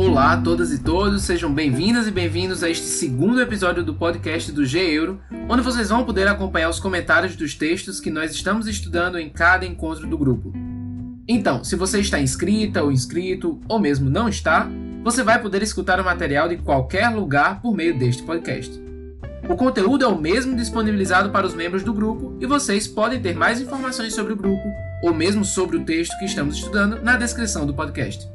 Olá a todas e todos, sejam bem-vindas e bem-vindos a este segundo episódio do podcast do G-Euro, onde vocês vão poder acompanhar os comentários dos textos que nós estamos estudando em cada encontro do grupo. Então, se você está inscrita ou inscrito, ou mesmo não está, você vai poder escutar o material de qualquer lugar por meio deste podcast. O conteúdo é o mesmo disponibilizado para os membros do grupo e vocês podem ter mais informações sobre o grupo, ou mesmo sobre o texto que estamos estudando, na descrição do podcast.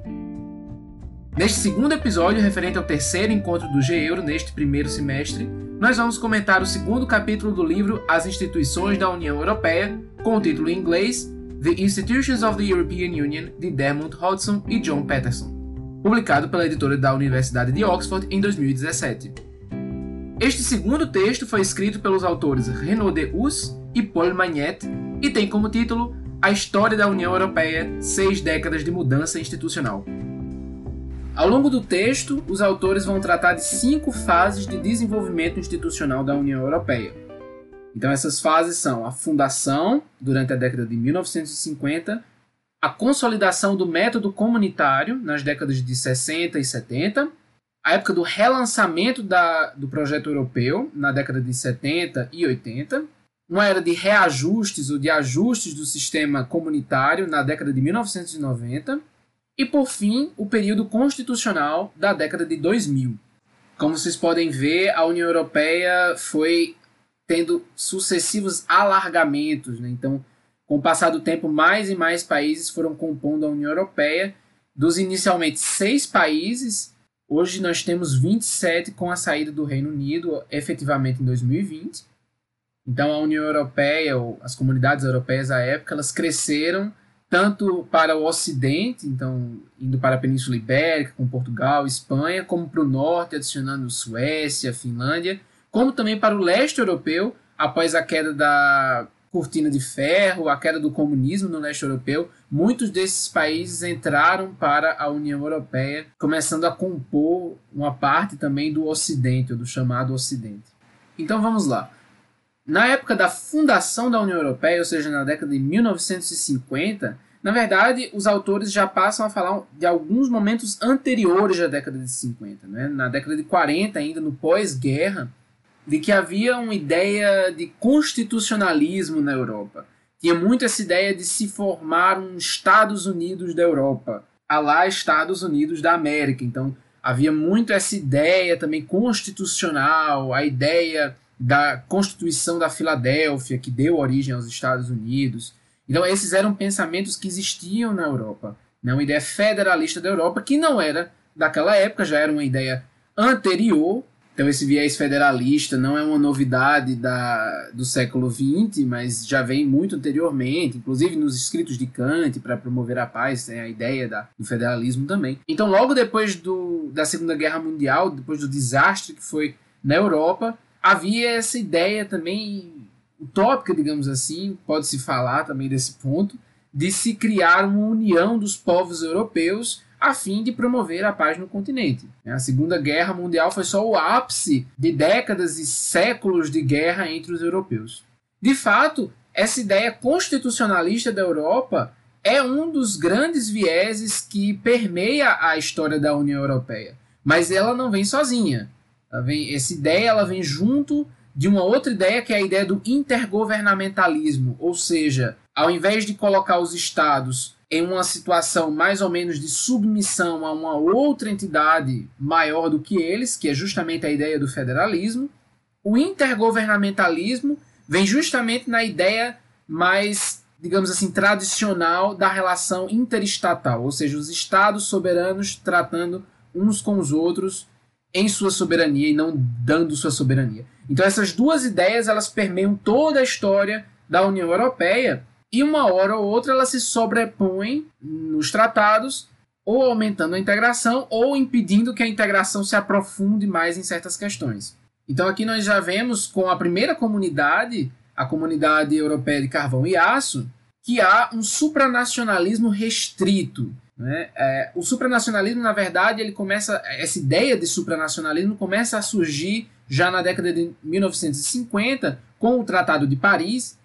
Neste segundo episódio, referente ao terceiro encontro do G-Euro neste primeiro semestre, nós vamos comentar o segundo capítulo do livro As Instituições da União Europeia, com o título em inglês The Institutions of the European Union, de Dermot Hodgson e John Patterson, publicado pela editora da Universidade de Oxford em 2017. Este segundo texto foi escrito pelos autores Renaud Dehus e Paul Magnette e tem como título A História da União Europeia, 6 décadas de mudança institucional. Ao longo do texto, os autores vão tratar de 5 fases de desenvolvimento institucional da União Europeia. Então essas fases são a fundação, durante a década de 1950, a consolidação do método comunitário, nas décadas de 60 e 70, a época do relançamento do projeto europeu, na década de 70 e 80, uma era de reajustes ou de ajustes do sistema comunitário, na década de 1990, e, por fim, o período constitucional da década de 2000. Como vocês podem ver, a União Europeia foi tendo sucessivos alargamentos, né? Então, com o passar do tempo, mais e mais países foram compondo a União Europeia. Dos inicialmente 6 países, hoje nós temos 27 com a saída do Reino Unido, efetivamente em 2020. Então, a União Europeia, ou as comunidades europeias à época, elas cresceram tanto para o Ocidente, então indo para a Península Ibérica, com Portugal, Espanha, como para o Norte, adicionando Suécia, Finlândia, como também para o leste europeu, após a queda da Cortina de Ferro, a queda do comunismo no leste europeu, muitos desses países entraram para a União Europeia, começando a compor uma parte também do Ocidente, ou do chamado Ocidente. Então vamos lá. Na época da fundação da União Europeia, ou seja, na década de 1950, na verdade, os autores já passam a falar de alguns momentos anteriores à década de 50, né? Na década de 40, ainda no pós-guerra, de que havia uma ideia de constitucionalismo na Europa. Tinha muito essa ideia de se formar um Estados Unidos da Europa, à lá Estados Unidos da América. Então, havia muito essa ideia também constitucional, a ideia da Constituição da Filadélfia, que deu origem aos Estados Unidos. Então, esses eram pensamentos que existiam na Europa, né? Uma ideia federalista da Europa, que não era daquela época, já era uma ideia anterior. Então, esse viés federalista não é uma novidade do século XX, mas já vem muito anteriormente, inclusive nos escritos de Kant, para promover a paz, tem a ideia do federalismo também. Então, logo depois da Segunda Guerra Mundial, depois do desastre que foi na Europa, havia essa ideia também utópica, digamos assim, pode-se falar também desse ponto, de se criar uma união dos povos europeus a fim de promover a paz no continente. A Segunda Guerra Mundial foi só o ápice de décadas e séculos de guerra entre os europeus. De fato, essa ideia constitucionalista da Europa é um dos grandes vieses que permeia a história da União Europeia, mas ela não vem sozinha. Essa ideia ela vem junto de uma outra ideia, que é a ideia do intergovernamentalismo, ou seja, ao invés de colocar os estados em uma situação mais ou menos de submissão a uma outra entidade maior do que eles, que é justamente a ideia do federalismo, o intergovernamentalismo vem justamente na ideia mais, digamos assim, tradicional da relação interestatal, ou seja, os estados soberanos tratando uns com os outros em sua soberania e não dando sua soberania. Então essas duas ideias elas permeiam toda a história da União Europeia e uma hora ou outra elas se sobrepõem nos tratados, ou aumentando a integração ou impedindo que a integração se aprofunde mais em certas questões. Então aqui nós já vemos com a primeira comunidade, a Comunidade Europeia de Carvão e Aço, que há um supranacionalismo restrito. Né? O supranacionalismo, na verdade, essa ideia de supranacionalismo começa a surgir já na década de 1950, com o Tratado de Paris,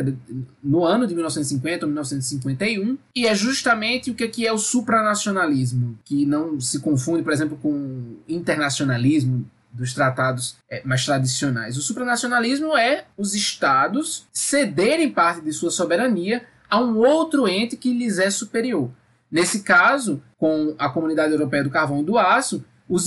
no ano de 1950 ou 1951, e é justamente o que é o supranacionalismo, que não se confunde, por exemplo, com o internacionalismo dos tratados mais tradicionais. O supranacionalismo é os estados cederem parte de sua soberania a um outro ente que lhes é superior. Nesse caso, com a Comunidade Europeia do Carvão e do Aço, os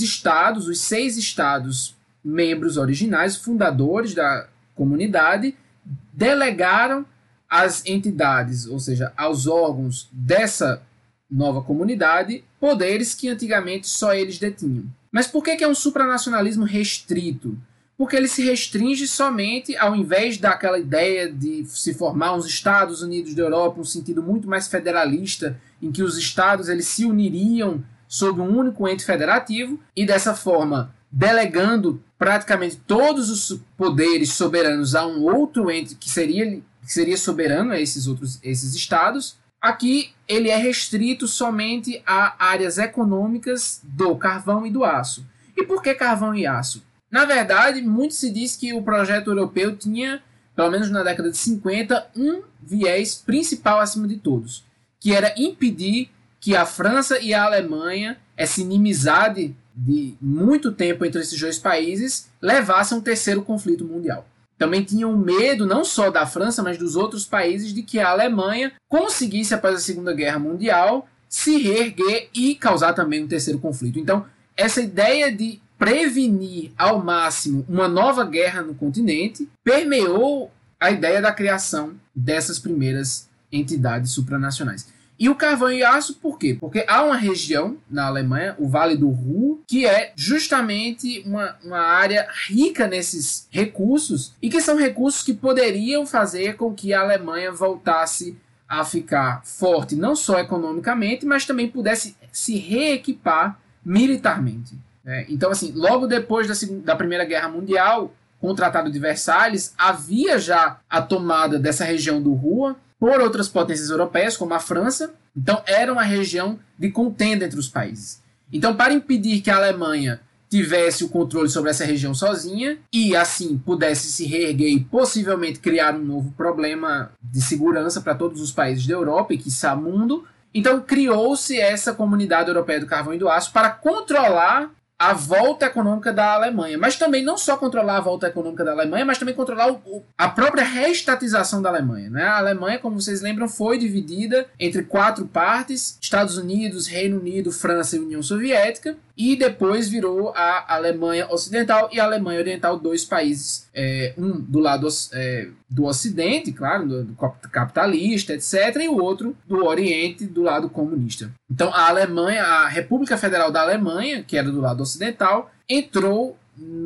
6 estados membros originais, fundadores da comunidade, delegaram às entidades, ou seja, aos órgãos dessa nova comunidade, poderes que antigamente só eles detinham. Mas por que é um supranacionalismo restrito? Porque ele se restringe somente, ao invés daquela ideia de se formar uns Estados Unidos da Europa, um sentido muito mais federalista, em que os estados eles se uniriam sob um único ente federativo e, dessa forma, delegando praticamente todos os poderes soberanos a um outro ente que seria soberano a esses estados. Aqui ele é restrito somente a áreas econômicas do carvão e do aço. E por que carvão e aço? Na verdade, muito se diz que o projeto europeu tinha, pelo menos na década de 50, um viés principal acima de todos, que era impedir que a França e a Alemanha, essa inimizade de muito tempo entre esses dois países, levasse a um terceiro conflito mundial. Também tinham medo, não só da França, mas dos outros países, de que a Alemanha conseguisse, após a Segunda Guerra Mundial, se reerguer e causar também um terceiro conflito. Então, essa ideia de prevenir ao máximo uma nova guerra no continente permeou a ideia da criação dessas primeiras entidades supranacionais. E o carvão e aço, por quê? Porque há uma região na Alemanha, o Vale do Ruhr, que é justamente uma área rica nesses recursos e que são recursos que poderiam fazer com que a Alemanha voltasse a ficar forte, não só economicamente, mas também pudesse se reequipar militarmente. Então, assim, logo depois da Primeira Guerra Mundial, com o Tratado de Versalhes, havia já a tomada dessa região do Ruhr por outras potências europeias, como a França. Então, era uma região de contenda entre os países. Então, para impedir que a Alemanha tivesse o controle sobre essa região sozinha e, assim, pudesse se reerguer e possivelmente criar um novo problema de segurança para todos os países da Europa e, quiçá, mundo, então criou-se essa Comunidade Europeia do Carvão e do Aço para controlar a volta econômica da Alemanha, mas também não só controlar a volta econômica da Alemanha, mas também controlar a própria reestatização da Alemanha. Né? A Alemanha, como vocês lembram, foi dividida entre 4 partes: Estados Unidos, Reino Unido, França e União Soviética, e depois virou a Alemanha Ocidental e a Alemanha Oriental, 2 países, um do lado do Ocidente, claro, do capitalista, etc., e o outro do Oriente, do lado comunista. Então a Alemanha, a República Federal da Alemanha, que era do lado ocidental, entrou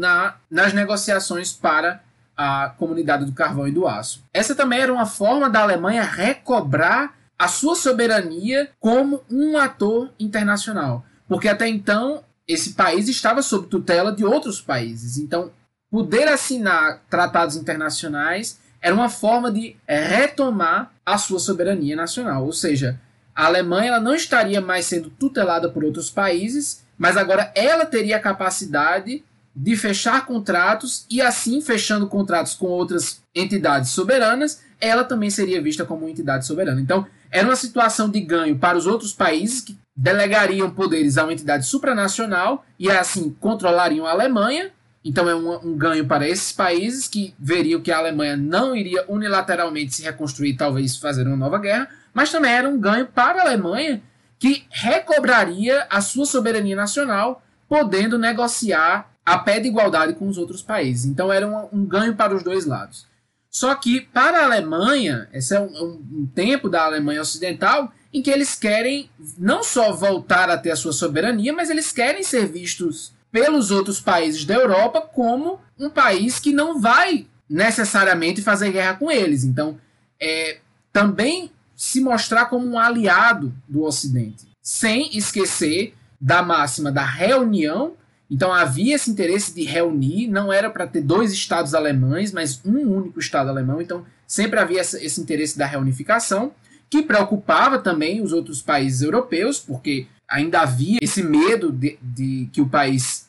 nas negociações para a Comunidade do Carvão e do Aço. Essa também era uma forma da Alemanha recobrar a sua soberania como um ator internacional, porque até então esse país estava sob tutela de outros países. Então, poder assinar tratados internacionais era uma forma de retomar a sua soberania nacional, ou seja, a Alemanha ela não estaria mais sendo tutelada por outros países, mas agora ela teria a capacidade de fechar contratos e, assim, fechando contratos com outras entidades soberanas, ela também seria vista como uma entidade soberana. Então, era uma situação de ganho para os outros países que delegariam poderes a uma entidade supranacional e, assim, controlariam a Alemanha. Então, é um ganho para esses países que veriam que a Alemanha não iria unilateralmente se reconstruir, talvez fazer uma nova guerra, mas também era um ganho para a Alemanha, que recobraria a sua soberania nacional, podendo negociar a pé de igualdade com os outros países. Então era um ganho para os dois lados. Só que para a Alemanha, esse é um tempo da Alemanha Ocidental em que eles querem não só voltar a ter a sua soberania, mas eles querem ser vistos pelos outros países da Europa como um país que não vai necessariamente fazer guerra com eles. Então, também se mostrar como um aliado do Ocidente, sem esquecer da máxima da reunião. Então havia esse interesse de reunir, não era para ter 2 estados alemães, mas um único estado alemão. Então sempre havia esse interesse da reunificação, que preocupava também os outros países europeus, porque ainda havia esse medo de que o país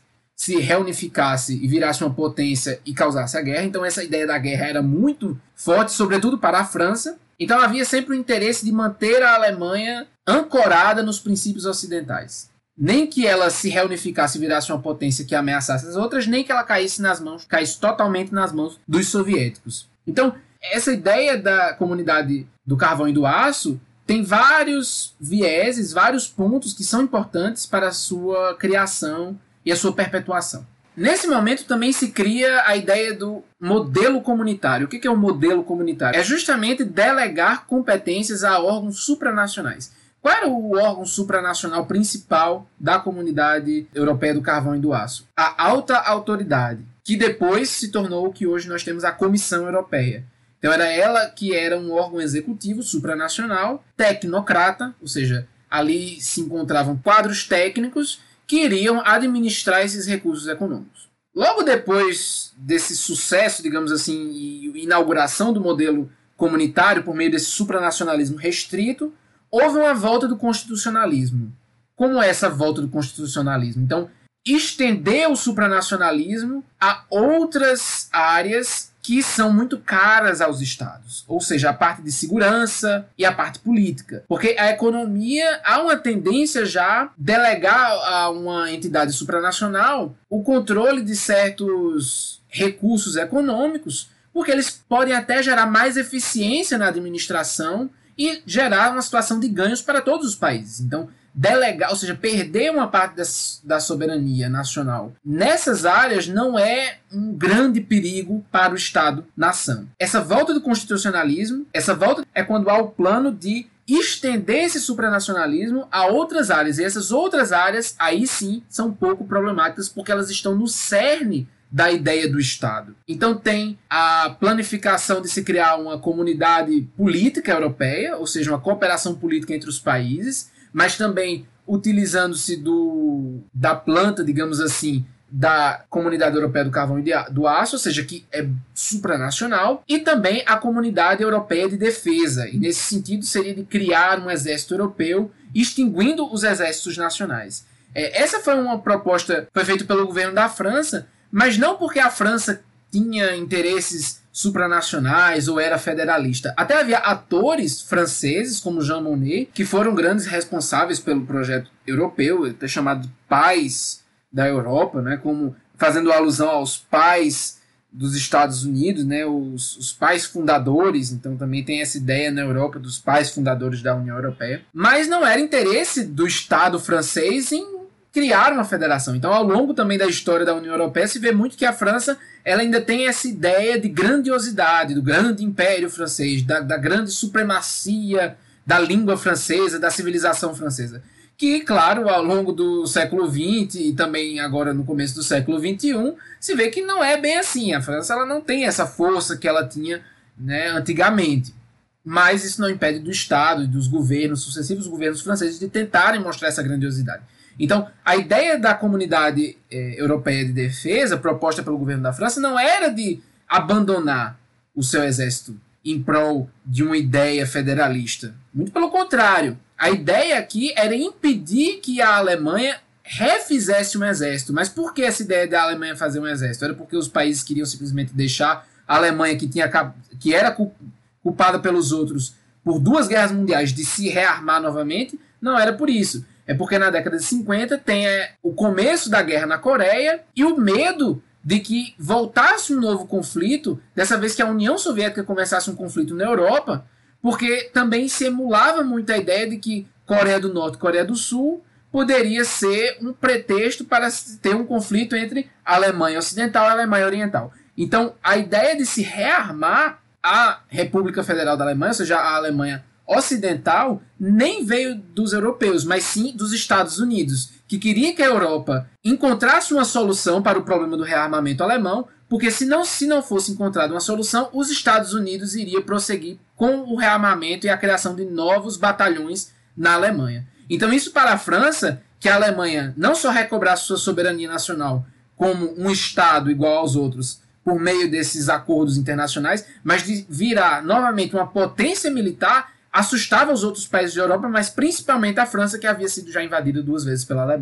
se reunificasse e virasse uma potência e causasse a guerra. Então essa ideia da guerra era muito forte, sobretudo para a França. Então havia sempre o interesse de manter a Alemanha ancorada nos princípios ocidentais. Nem que ela se reunificasse e virasse uma potência que ameaçasse as outras, nem que ela caísse totalmente nas mãos dos soviéticos. Então, essa ideia da comunidade do carvão e do aço tem vários vieses, vários pontos que são importantes para a sua criação e a sua perpetuação. Nesse momento também se cria a ideia do modelo comunitário. O que é o modelo comunitário? É justamente delegar competências a órgãos supranacionais. Qual era o órgão supranacional principal da comunidade europeia do carvão e do aço? A alta autoridade, que depois se tornou o que hoje nós temos a Comissão Europeia. Então era ela que era um órgão executivo supranacional, tecnocrata, ou seja, ali se encontravam quadros técnicos que iriam administrar esses recursos econômicos. Logo depois desse sucesso, digamos assim, e inauguração do modelo comunitário por meio desse supranacionalismo restrito, houve uma volta do constitucionalismo. Como é essa volta do constitucionalismo? Então, estender o supranacionalismo a outras áreas que são muito caras aos estados. Ou seja, a parte de segurança e a parte política. Porque a economia, há uma tendência já delegar a uma entidade supranacional o controle de certos recursos econômicos, porque eles podem até gerar mais eficiência na administração e gerar uma situação de ganhos para todos os países. Então, delegar, ou seja, perder uma parte da soberania nacional nessas áreas não é um grande perigo para o Estado-nação. Essa volta do constitucionalismo, essa volta é quando há o plano de estender esse supranacionalismo a outras áreas. E essas outras áreas, aí sim, são pouco problemáticas porque elas estão no cerne da ideia do Estado. Então tem a planificação de se criar uma comunidade política europeia, ou seja, uma cooperação política entre os países, mas também utilizando-se da planta, digamos assim, da Comunidade Europeia do Carvão e do Aço, ou seja, que é supranacional, e também a Comunidade Europeia de Defesa. E nesse sentido seria de criar um exército europeu, extinguindo os exércitos nacionais. Essa foi uma proposta, foi feita pelo governo da França, mas não porque a França tinha interesses supranacionais ou era federalista. Até havia atores franceses, como Jean Monnet, que foram grandes responsáveis pelo projeto europeu, até chamado de pais da Europa, né, como fazendo alusão aos pais dos Estados Unidos, né, os pais fundadores. Então também tem essa ideia na Europa dos pais fundadores da União Europeia. Mas não era interesse do Estado francês em criar uma federação. Então, ao longo também da história da União Europeia, se vê muito que a França ela ainda tem essa ideia de grandiosidade, do grande império francês, da grande supremacia da língua francesa, da civilização francesa. Que, claro, ao longo do século XX e também agora no começo do século XXI, se vê que não é bem assim. A França ela não tem essa força que ela tinha, né, antigamente. Mas isso não impede do Estado e dos governos, sucessivos governos franceses, de tentarem mostrar essa grandiosidade. Então, a ideia da Comunidade Europeia de Defesa, proposta pelo governo da França, não era de abandonar o seu exército em prol de uma ideia federalista. Muito pelo contrário. A ideia aqui era impedir que a Alemanha refizesse um exército. Mas por que essa ideia da Alemanha fazer um exército? Era porque os países queriam simplesmente deixar a Alemanha, que era culpada pelos outros por 2 guerras mundiais, de se rearmar novamente? Não era por isso. É porque na década de 50 tem o começo da guerra na Coreia e o medo de que voltasse um novo conflito, dessa vez que a União Soviética começasse um conflito na Europa, porque também se emulava muito a ideia de que Coreia do Norte e Coreia do Sul poderia ser um pretexto para ter um conflito entre a Alemanha Ocidental e a Alemanha Oriental. Então, a ideia de se rearmar a República Federal da Alemanha, ou seja, a Alemanha Ocidental, nem veio dos europeus, mas sim dos Estados Unidos, que queria que a Europa encontrasse uma solução para o problema do rearmamento alemão, porque se não fosse encontrada uma solução, os Estados Unidos iriam prosseguir com o rearmamento e a criação de novos batalhões na Alemanha. Então isso para a França, que a Alemanha não só recobrasse sua soberania nacional como um Estado igual aos outros, por meio desses acordos internacionais, mas de virar novamente uma potência militar, assustava os outros países da Europa, mas principalmente a França, que havia sido já invadida 2 vezes pela Alemanha.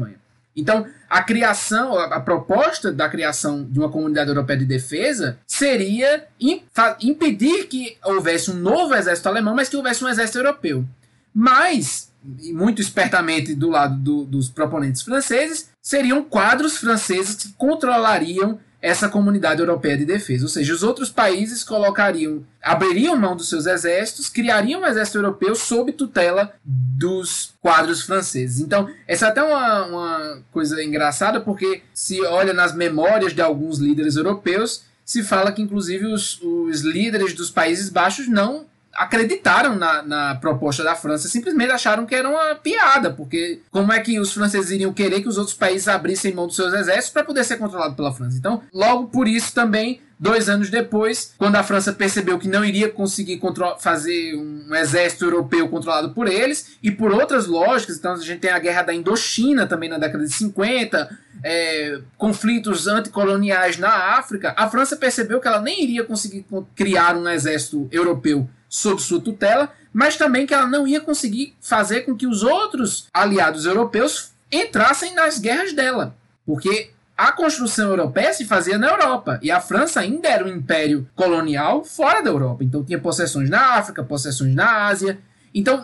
Então, a proposta da criação de uma comunidade europeia de defesa seria impedir que houvesse um novo exército alemão, mas que houvesse um exército europeu. Mas, muito espertamente do lado dos proponentes franceses, seriam quadros franceses que controlariam essa comunidade europeia de defesa. Ou seja, os outros países abririam mão dos seus exércitos, criariam um exército europeu sob tutela dos quadros franceses. Então, essa é até uma coisa engraçada, porque se olha nas memórias de alguns líderes europeus, se fala que, inclusive, os líderes dos Países Baixos não acreditaram na proposta da França, simplesmente acharam que era uma piada, porque como é que os franceses iriam querer que os outros países abrissem mão dos seus exércitos para poder ser controlado pela França? Então, logo por isso também, 2 anos depois, quando a França percebeu que não iria conseguir fazer um exército europeu controlado por eles, e por outras lógicas, então a gente tem a guerra da Indochina também na década de 50, conflitos anticoloniais na África, a França percebeu que ela nem iria conseguir criar um exército europeu sob sua tutela, mas também que ela não ia conseguir fazer com que os outros aliados europeus entrassem nas guerras dela, porque a construção europeia se fazia na Europa, e a França ainda era um império colonial fora da Europa, então tinha possessões na África, possessões na Ásia. Então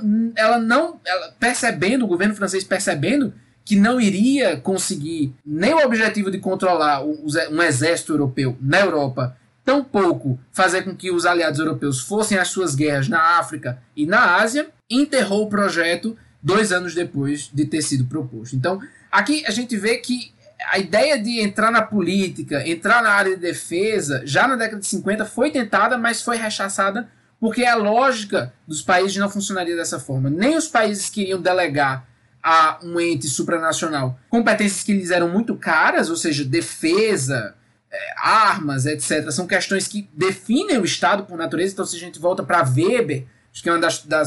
o governo francês percebendo que não iria conseguir nem o objetivo de controlar um exército europeu na Europa, tampouco fazer com que os aliados europeus fossem às suas guerras na África e na Ásia, enterrou o projeto 2 anos depois de ter sido proposto. Então, aqui a gente vê que a ideia de entrar na política, entrar na área de defesa, já na década de 50 foi tentada, mas foi rechaçada, porque a lógica dos países não funcionaria dessa forma. Nem os países queriam delegar a um ente supranacional competências que lhes eram muito caras, ou seja, defesa, armas, etc. São questões que definem o Estado por natureza. Então, se a gente volta para Weber, acho que é uma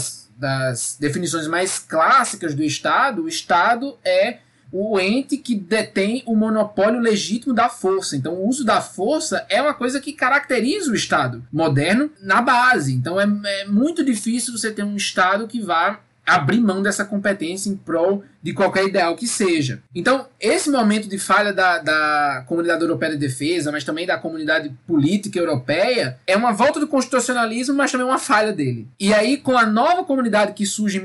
das definições mais clássicas do Estado, o Estado é o ente que detém o monopólio legítimo da força. Então, o uso da força é uma coisa que caracteriza o Estado moderno na base. Então, é muito difícil você ter um Estado que vá abrir mão dessa competência em prol de qualquer ideal que seja. Então, esse momento de falha da Comunidade Europeia de Defesa, mas também da comunidade política europeia, é uma volta do constitucionalismo, mas também uma falha dele. E aí, com a nova comunidade que surge em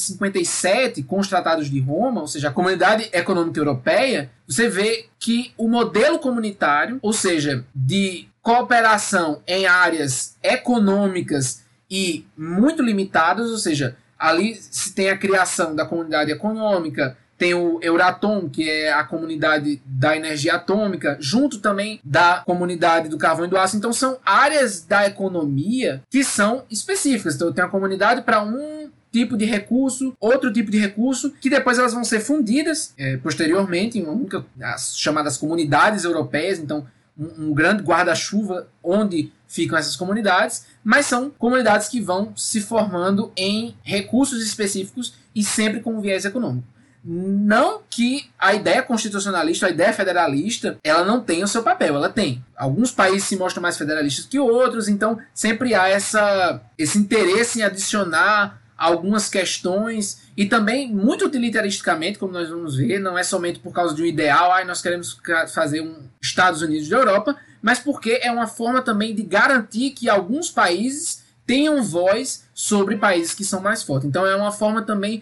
1957, com os Tratados de Roma, ou seja, a Comunidade Econômica Europeia, você vê que o modelo comunitário, ou seja, de cooperação em áreas econômicas e muito limitadas, ou seja, ali se tem a criação da comunidade econômica, tem o Euratom, que é a comunidade da energia atômica, junto também da comunidade do carvão e do aço. Então são áreas da economia que são específicas. Então tem a comunidade para um tipo de recurso, outro tipo de recurso, que depois elas vão ser fundidas posteriormente em as chamadas comunidades europeias. Então um grande guarda-chuva onde ficam essas comunidades, mas são comunidades que vão se formando em recursos específicos e sempre com um viés econômico. Não que a ideia constitucionalista, a ideia federalista, ela não tenha o seu papel, ela tem. Alguns países se mostram mais federalistas que outros, então sempre há esse interesse em adicionar algumas questões, e também muito utilitaristicamente, como nós vamos ver, não é somente por causa de um ideal, nós queremos fazer um Estados Unidos da Europa, mas porque é uma forma também de garantir que alguns países tenham voz sobre países que são mais fortes. Então é uma forma também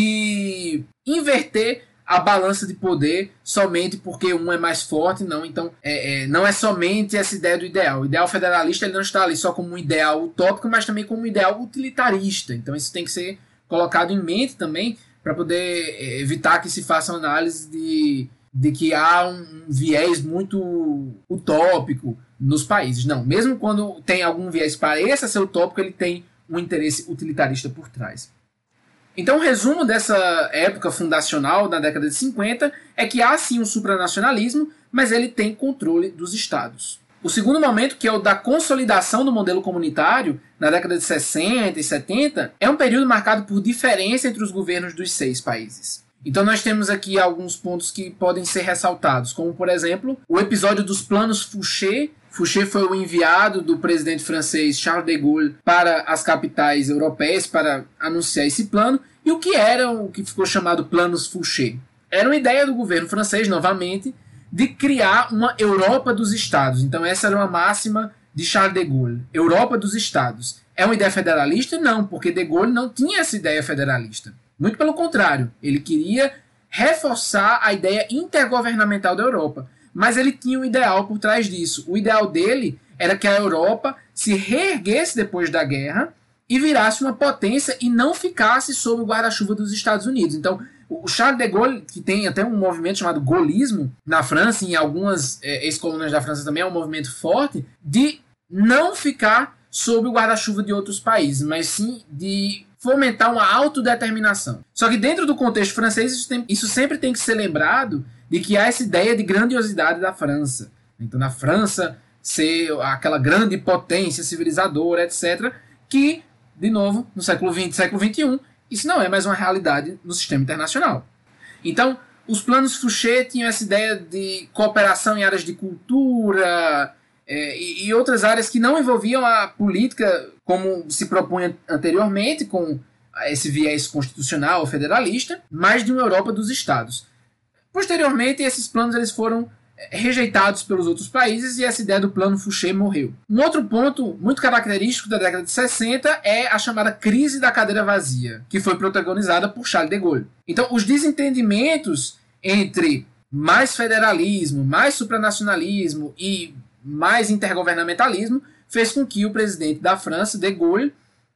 de inverter a balança de poder somente porque um é mais forte, não. Então não é somente essa ideia do ideal. O ideal federalista ele não está ali só como um ideal utópico, mas também como um ideal utilitarista. Então isso tem que ser colocado em mente também para poder evitar que se faça uma análise de que há um viés muito utópico nos países. Não, mesmo quando tem algum viés que pareça ser utópico, ele tem um interesse utilitarista por trás. Então, o resumo dessa época fundacional, da década de 50, é que há sim um supranacionalismo, mas ele tem controle dos estados. O segundo momento, que é o da consolidação do modelo comunitário, na década de 60 e 70, é um período marcado por diferença entre os governos dos 6 países. Então nós temos aqui alguns pontos que podem ser ressaltados, como por exemplo, o episódio dos planos Fouché. Fouché foi o enviado do presidente francês Charles de Gaulle para as capitais europeias para anunciar esse plano. E o que era o que ficou chamado planos Fouché? era uma ideia do governo francês, novamente, de criar uma Europa dos Estados. Então essa era uma máxima de Charles de Gaulle. Europa dos Estados. É uma ideia federalista? Não, porque de Gaulle não tinha essa ideia federalista. Muito pelo contrário, ele queria reforçar a ideia intergovernamental da Europa. Mas ele tinha um ideal por trás disso. O ideal dele era que a Europa se reerguesse depois da guerra e virasse uma potência e não ficasse sob o guarda-chuva dos Estados Unidos. Então, o Charles de Gaulle, que tem até um movimento chamado gaullismo na França, e em algumas ex-colônias da França também é um movimento forte, de não ficar sob o guarda-chuva de outros países, mas sim de fomentar uma autodeterminação. Só que dentro do contexto francês, isso sempre tem que ser lembrado de que há essa ideia de grandiosidade da França. Então, na França ser aquela grande potência civilizadora, etc., que, de novo, no século XX, século XXI, isso não é mais uma realidade no sistema internacional. Então, os planos Fouché tinham essa ideia de cooperação em áreas de cultura e outras áreas que não envolviam a política como se propunha anteriormente, com esse viés constitucional federalista, mas de uma Europa dos Estados. Posteriormente, esses planos eles foram rejeitados pelos outros países e essa ideia do plano Fouché morreu. Um outro ponto muito característico da década de 60 é a chamada crise da cadeira vazia, que foi protagonizada por Charles de Gaulle. Então, os desentendimentos entre mais federalismo, mais supranacionalismo e mais intergovernamentalismo fez com que o presidente da França, de Gaulle,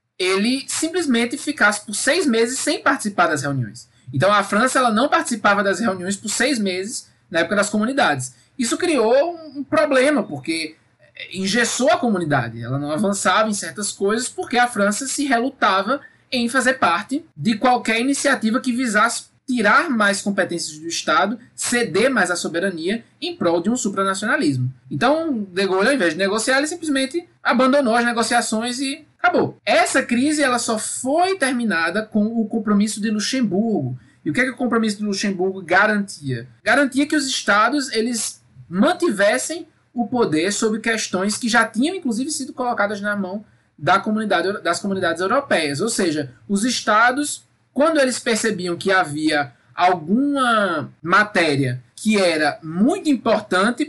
ele simplesmente ficasse por 6 meses sem participar das reuniões. Então, a França ela não participava das reuniões por 6 meses na época das comunidades. Isso criou um problema, porque engessou a comunidade. Ela não avançava em certas coisas porque a França se relutava em fazer parte de qualquer iniciativa que visasse tirar mais competências do Estado, ceder mais a soberania em prol de um supranacionalismo. Então, de Gaulle, ao invés de negociar, ele simplesmente abandonou as negociações e acabou. Essa crise ela só foi terminada com o compromisso de Luxemburgo. E o que é que o compromisso de Luxemburgo garantia? Garantia que os estados eles mantivessem o poder sobre questões que já tinham, inclusive, sido colocadas na mão das comunidades europeias. Ou seja, os estados, quando eles percebiam que havia alguma matéria que era muito importante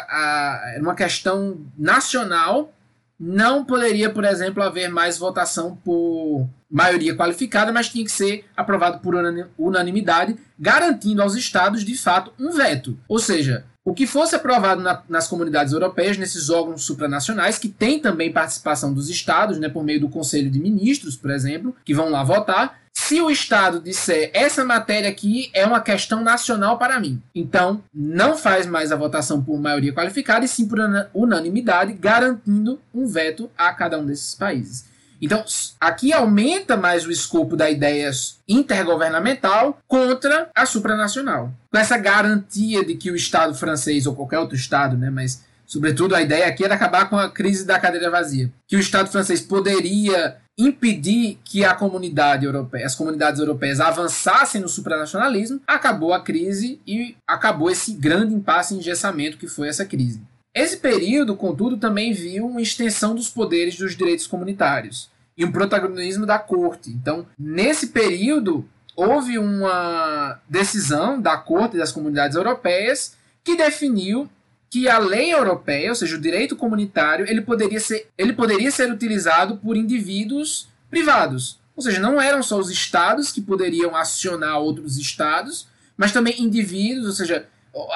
para uma questão nacional, não poderia, por exemplo, haver mais votação por maioria qualificada, mas tinha que ser aprovado por unanimidade, garantindo aos estados, de fato, um veto. Ou seja, o que fosse aprovado nas comunidades europeias, nesses órgãos supranacionais, que tem também participação dos estados, né, por meio do Conselho de Ministros, por exemplo, que vão lá votar, se o Estado disser essa matéria aqui é uma questão nacional para mim, então não faz mais a votação por maioria qualificada e sim por unanimidade, garantindo um veto a cada um desses países. Então, aqui aumenta mais o escopo da ideia intergovernamental contra a supranacional. Com essa garantia de que o Estado francês, ou qualquer outro Estado, né, mas sobretudo a ideia aqui era acabar com a crise da cadeira vazia, que o Estado francês poderia impedir que as comunidades europeias avançassem no supranacionalismo, acabou a crise e acabou esse grande impasse e engessamento que foi essa crise. Esse período, contudo, também viu uma extensão dos poderes dos direitos comunitários e um protagonismo da corte. Então, nesse período, houve uma decisão da corte e das comunidades europeias que definiu que a lei europeia, ou seja, o direito comunitário, ele poderia ser utilizado por indivíduos privados. Ou seja, não eram só os estados que poderiam acionar outros estados, mas também indivíduos, ou seja,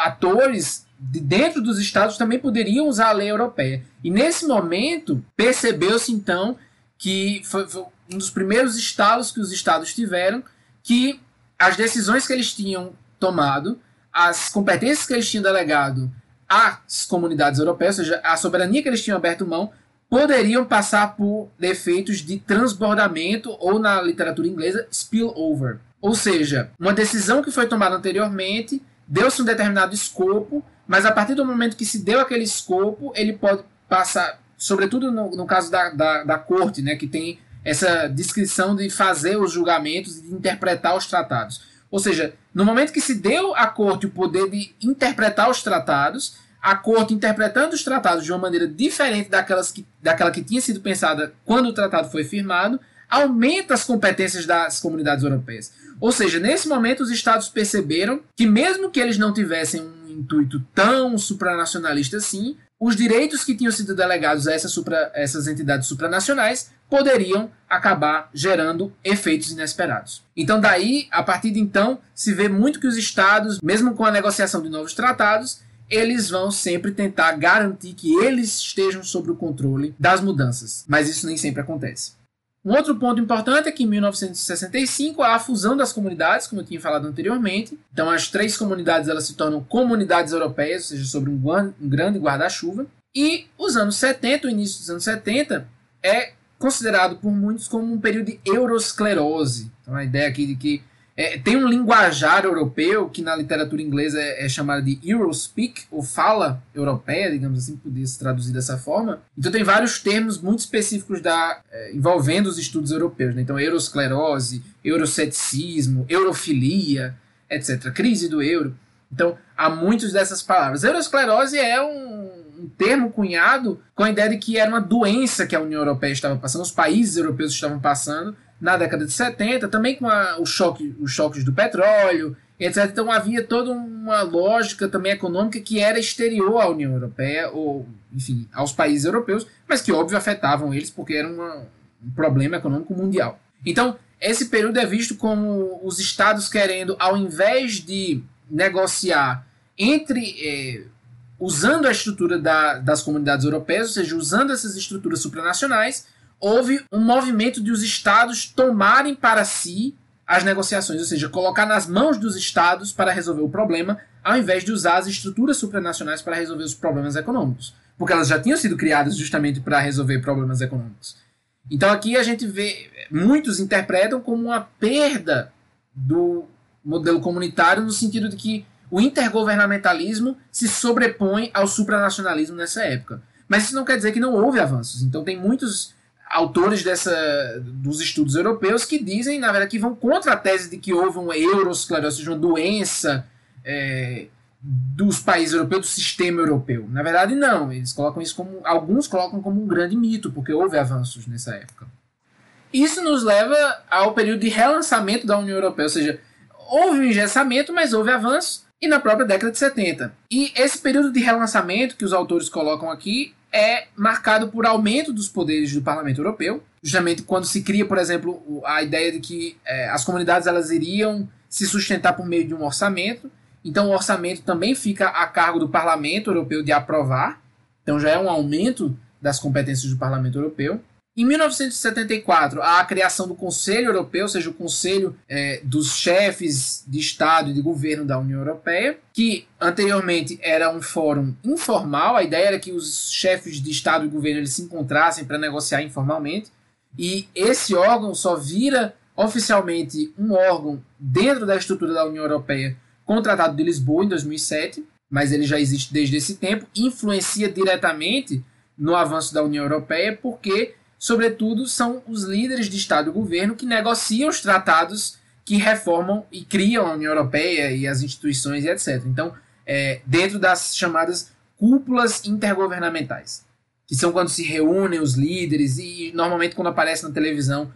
atores de dentro dos estados também poderiam usar a lei europeia. E nesse momento, percebeu-se então que foi um dos primeiros estalos que os estados tiveram, que as decisões que eles tinham tomado, as competências que eles tinham delegado às comunidades europeias, ou seja, a soberania que eles tinham aberto mão, poderiam passar por efeitos de transbordamento, ou na literatura inglesa, spillover. Ou seja, uma decisão que foi tomada anteriormente, deu-se um determinado escopo, mas a partir do momento que se deu aquele escopo, ele pode passar, sobretudo no caso da corte, né, que tem essa descrição de fazer os julgamentos e de interpretar os tratados. Ou seja, no momento que se deu à corte o poder de interpretar os tratados, a corte interpretando os tratados de uma maneira diferente daquela que tinha sido pensada quando o tratado foi firmado, aumenta as competências das comunidades europeias. Ou seja, nesse momento os estados perceberam que mesmo que eles não tivessem um intuito tão supranacionalista assim, os direitos que tinham sido delegados a essas entidades supranacionais poderiam acabar gerando efeitos inesperados. Então daí, a partir de então, se vê muito que os estados, mesmo com a negociação de novos tratados, eles vão sempre tentar garantir que eles estejam sob o controle das mudanças. Mas isso nem sempre acontece. Um outro ponto importante é que em 1965 há a fusão das comunidades, como eu tinha falado anteriormente. Então as 3 comunidades elas se tornam comunidades europeias, ou seja, sobre um grande guarda-chuva. E os anos 70, o início dos anos 70, é considerado por muitos como um período de eurosclerose. Então a ideia aqui de que tem um linguajar europeu que na literatura inglesa é chamado de Eurospeak, ou fala europeia, digamos assim, podia se traduzir dessa forma. Então tem vários termos muito específicos envolvendo os estudos europeus, né? Então eurosclerose, euroceticismo, eurofilia, etc. Crise do euro. Então há muitas dessas palavras. Eurosclerose é um termo cunhado com a ideia de que era uma doença que a União Europeia estava passando, os países europeus estavam passando, na década de 70, também com os choques do petróleo, etc. Então havia toda uma lógica também econômica que era exterior à União Europeia, ou, enfim, aos países europeus, mas que, óbvio, afetavam eles porque era um problema econômico mundial. Então, esse período é visto como os estados querendo, ao invés de negociar usando a estrutura das comunidades europeias, ou seja, usando essas estruturas supranacionais, houve um movimento de os estados tomarem para si as negociações, ou seja, colocar nas mãos dos estados para resolver o problema, ao invés de usar as estruturas supranacionais para resolver os problemas econômicos, porque elas já tinham sido criadas justamente para resolver problemas econômicos. Então aqui a gente vê, muitos interpretam como uma perda do modelo comunitário, no sentido de que o intergovernamentalismo se sobrepõe ao supranacionalismo nessa época. Mas isso não quer dizer que não houve avanços. Então tem muitos autores dos estudos europeus que dizem, na verdade, que vão contra a tese de que houve uma eurosclerose, ou seja, uma doença dos países europeus, do sistema europeu. Na verdade, não. Eles colocam isso alguns colocam como um grande mito, porque houve avanços nessa época. Isso nos leva ao período de relançamento da União Europeia, ou seja, houve um engessamento, mas houve avanços, e na própria década de 70. E esse período de relançamento que os autores colocam aqui é marcado por aumento dos poderes do Parlamento Europeu, justamente quando se cria, por exemplo, a ideia de que as comunidades elas iriam se sustentar por meio de um orçamento. Então o orçamento também fica a cargo do Parlamento Europeu de aprovar. Então já é um aumento das competências do Parlamento Europeu. Em 1974, há a criação do Conselho Europeu, ou seja, o Conselho dos chefes de Estado e de governo da União Europeia, que anteriormente era um fórum informal. A ideia era que os chefes de Estado e governo eles se encontrassem para negociar informalmente, e esse órgão só vira oficialmente um órgão dentro da estrutura da União Europeia com o Tratado de Lisboa, em 2007, mas ele já existe desde esse tempo, influencia diretamente no avanço da União Europeia, porque sobretudo, são os líderes de Estado e governo que negociam os tratados que reformam e criam a União Europeia e as instituições e etc. Então, dentro das chamadas cúpulas intergovernamentais, que são quando se reúnem os líderes e, normalmente, quando aparece na televisão